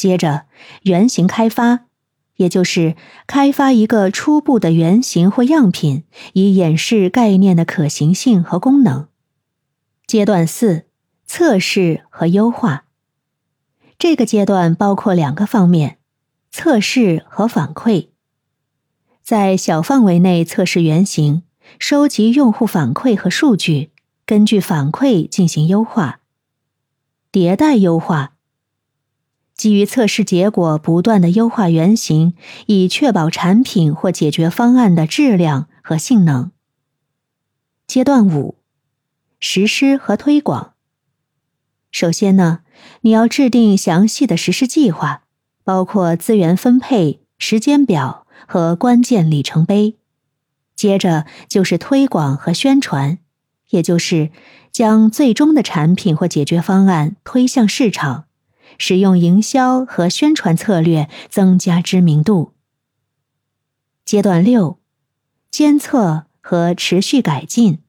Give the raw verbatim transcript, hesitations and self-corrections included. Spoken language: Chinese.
接着，原型开发，也就是开发一个初步的原型或样品，以演示概念的可行性和功能。阶段四，测试和优化。这个阶段包括两个方面，测试和反馈。在小范围内测试原型，收集用户反馈和数据，根据反馈进行优化。迭代优化，基于测试结果不断的优化原型，以确保产品或解决方案的质量和性能。阶段五，实施和推广。首先呢，你要制定详细的实施计划，包括资源分配、时间表和关键里程碑。接着就是推广和宣传，也就是将最终的产品或解决方案推向市场，使用营销和宣传策略增加知名度。阶段六，监测和持续改进。